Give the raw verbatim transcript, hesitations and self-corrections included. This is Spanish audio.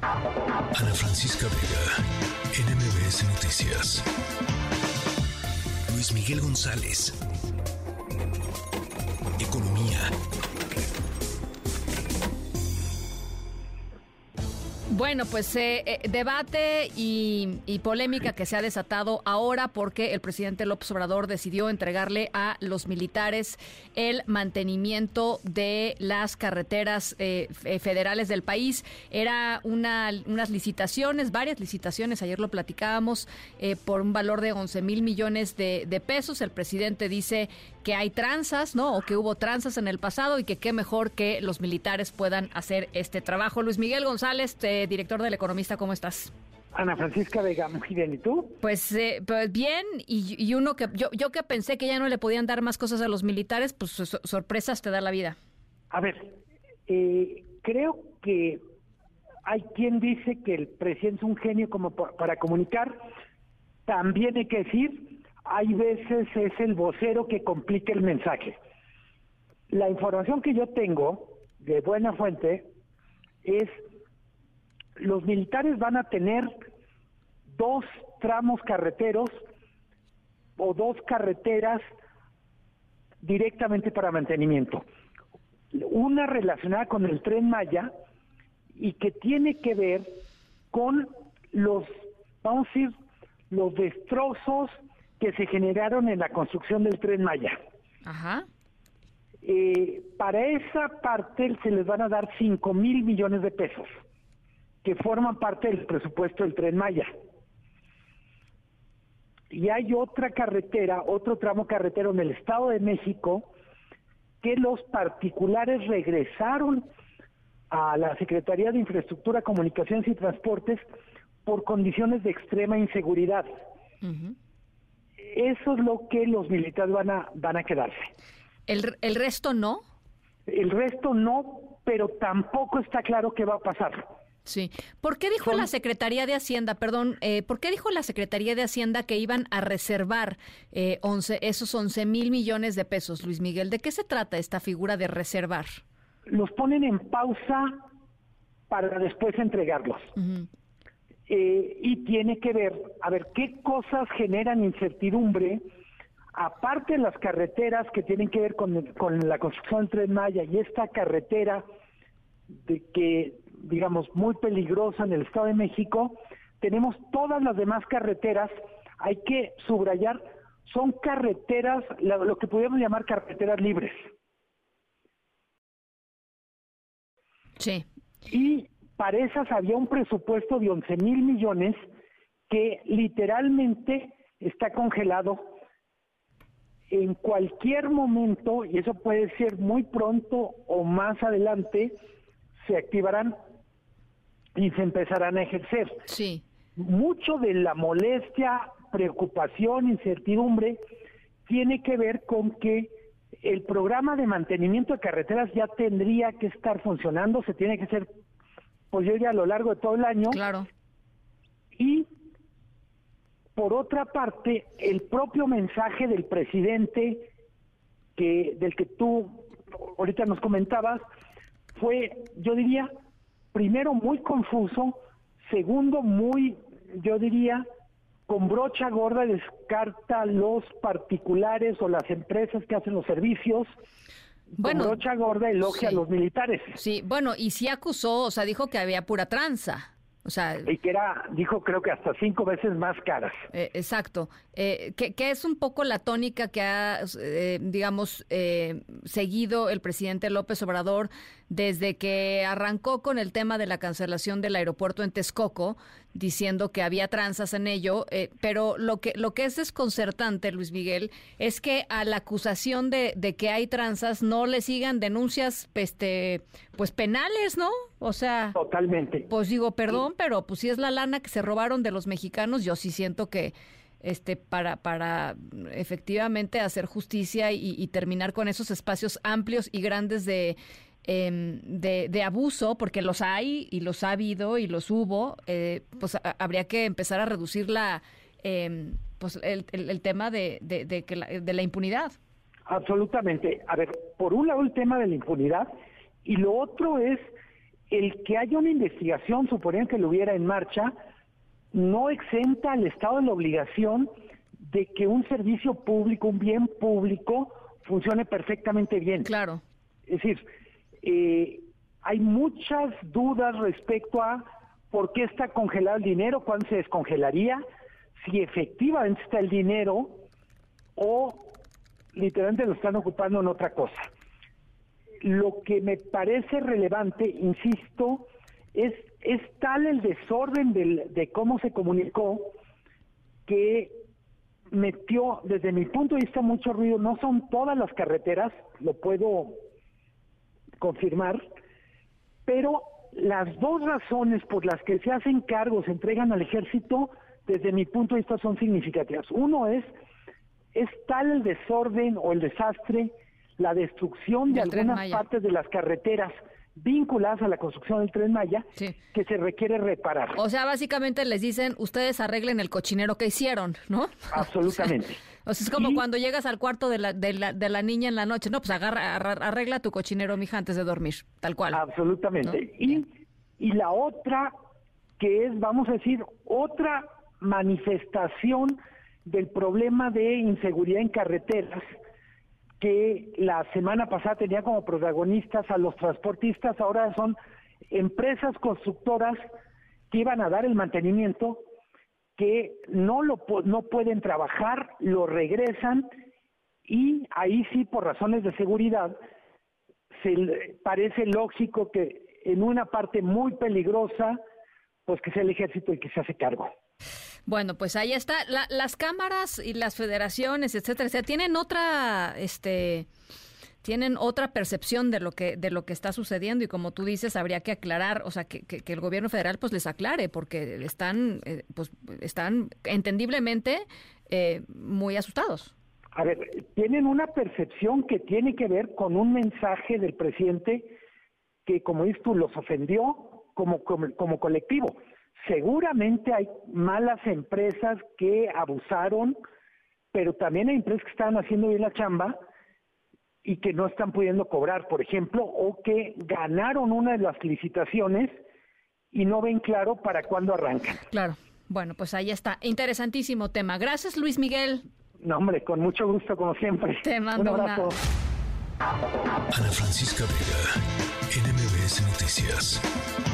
Ana Francisca Vega, N M B S Noticias. Luis Miguel González. Economía. Bueno, pues eh, eh, debate y, y polémica que se ha desatado ahora porque el presidente López Obrador decidió entregarle a los militares el mantenimiento de las carreteras eh, federales del país. Era una, unas licitaciones, varias licitaciones, ayer lo platicábamos, eh, por un valor de once mil millones de, de pesos. El presidente dice que hay tranzas, ¿no? O que hubo tranzas en el pasado y que qué mejor que los militares puedan hacer este trabajo. Luis Miguel González, eh, director del Economista, ¿cómo estás? Ana Francisca Vega, muy bien, ¿y tú? Pues, eh, pues bien, y, y uno que yo, yo que pensé que ya no le podían dar más cosas a los militares, pues so, sorpresas te da la vida. A ver, eh, creo que hay quien dice que el presidente es un genio como pa- para comunicar. También hay que decir, hay veces es el vocero que complica el mensaje. La información que yo tengo de buena fuente es los militares van a tener dos tramos carreteros o dos carreteras directamente para mantenimiento. Una relacionada con el Tren Maya y que tiene que ver con los, vamos a decir, los destrozos que se generaron en la construcción del Tren Maya. Ajá. Eh, para esa parte se les van a dar cinco mil millones de pesos que forman parte del presupuesto del Tren Maya. Y hay otra carretera, otro tramo carretero en el Estado de México que los particulares regresaron a la Secretaría de Infraestructura, Comunicaciones y Transportes por condiciones de extrema inseguridad. Uh-huh. Eso es lo que los militares van a, van a quedarse. ¿El, el resto no? El resto no, pero tampoco está claro qué va a pasar. Sí. ¿Por qué dijo Son... la Secretaría de Hacienda, perdón, eh, por qué dijo la Secretaría de Hacienda que iban a reservar eh, once, esos once mil millones de pesos, Luis Miguel? ¿De qué se trata esta figura de reservar? Los ponen en pausa para después entregarlos. Uh-huh. Eh, y tiene que ver, a ver, qué cosas generan incertidumbre, aparte de las carreteras que tienen que ver con, con la construcción del Tren Maya y esta carretera de que, digamos, muy peligrosa en el Estado de México. Tenemos todas las demás carreteras, hay que subrayar, son carreteras, lo, lo que podríamos llamar carreteras libres. Sí. Y para esas había un presupuesto de once mil millones que literalmente está congelado. En cualquier momento, y eso puede ser muy pronto o más adelante, se activarán y se empezarán a ejercer. Sí. Mucho de la molestia, preocupación, incertidumbre, tiene que ver con que el programa de mantenimiento de carreteras ya tendría que estar funcionando, se tiene que hacer, pues yo ya a lo largo de todo el año. Claro. Y por otra parte, el propio mensaje del presidente, que del que tú ahorita nos comentabas, fue, yo diría, primero muy confuso, segundo muy, yo diría, con brocha gorda descarta los particulares o las empresas que hacen los servicios. Bueno, con brocha gorda elogia sí. a los militares. Sí, bueno, y sí acusó, o sea, dijo que había pura tranza. O sea, y que era, dijo creo que hasta cinco veces más caras. Eh, exacto. Eh, que, que es un poco la tónica que ha, eh, digamos, eh, seguido el presidente López Obrador desde que arrancó con el tema de la cancelación del aeropuerto en Texcoco, diciendo que había tranzas en ello, eh, pero lo que lo que es desconcertante, Luis Miguel, es que a la acusación de, de que hay tranzas no le sigan denuncias este, pues penales, ¿no? O sea, totalmente. Pues digo, perdón, pero pues si es la lana que se robaron de los mexicanos, yo sí siento que este para para efectivamente hacer justicia y, y terminar con esos espacios amplios y grandes de Eh, de, de abuso, porque los hay y los ha habido y los hubo, eh, pues a, habría que empezar a reducir la, eh, pues el, el, el tema de, de, de, que la, de la impunidad. Absolutamente. A ver, por un lado el tema de la impunidad y lo otro es el que haya una investigación, suponiendo que lo hubiera en marcha, no exenta al Estado de la obligación de que un servicio público, un bien público, funcione perfectamente bien. Claro. Es decir, eh, hay muchas dudas respecto a por qué está congelado el dinero, cuándo se descongelaría, si efectivamente está el dinero o literalmente lo están ocupando en otra cosa. Lo que me parece relevante, insisto, es, es tal el desorden del, de cómo se comunicó que metió, desde mi punto de vista, mucho ruido. No son todas las carreteras, lo puedo confirmar, pero las dos razones por las que se hacen cargos, se entregan al ejército, desde mi punto de vista son significativas. Uno es, es tal el desorden o el desastre, la destrucción de algunas partes de las carreteras vinculadas a la construcción del Tren Maya, sí, que se requiere reparar. O sea, básicamente les dicen, ustedes arreglen el cochinero que hicieron, ¿no? Absolutamente. O sea, o sea es como y, cuando llegas al cuarto de la, de, la, de la niña en la noche, no, pues agarra, arregla tu cochinero, mija, antes de dormir, tal cual. Absolutamente. ¿No? Y, y la otra, que es, vamos a decir, otra manifestación del problema de inseguridad en carreteras, que la semana pasada tenía como protagonistas a los transportistas, ahora son empresas constructoras que iban a dar el mantenimiento, que no lo no pueden trabajar, lo regresan, y ahí sí, por razones de seguridad, se parece lógico que en una parte muy peligrosa, pues que sea el ejército el que se hace cargo. Bueno, pues ahí está. La, las cámaras y las federaciones, etcétera, etcétera, tienen otra, este, tienen otra percepción de lo que de lo que está sucediendo, y como tú dices, habría que aclarar, o sea, que, que, que el gobierno federal pues les aclare, porque están, eh, pues están entendiblemente eh, muy asustados. A ver, tienen una percepción que tiene que ver con un mensaje del presidente que, como dices tú, los ofendió como como, como colectivo. Seguramente hay malas empresas que abusaron, pero también hay empresas que están haciendo bien la chamba y que no están pudiendo cobrar, por ejemplo, o que ganaron una de las licitaciones y no ven claro para cuándo arrancan. Claro. Bueno, pues ahí está. Interesantísimo tema. Gracias, Luis Miguel. No, hombre, con mucho gusto, como siempre. Te mando un abrazo. Una... Ana Francisca Vega, N M B S Noticias.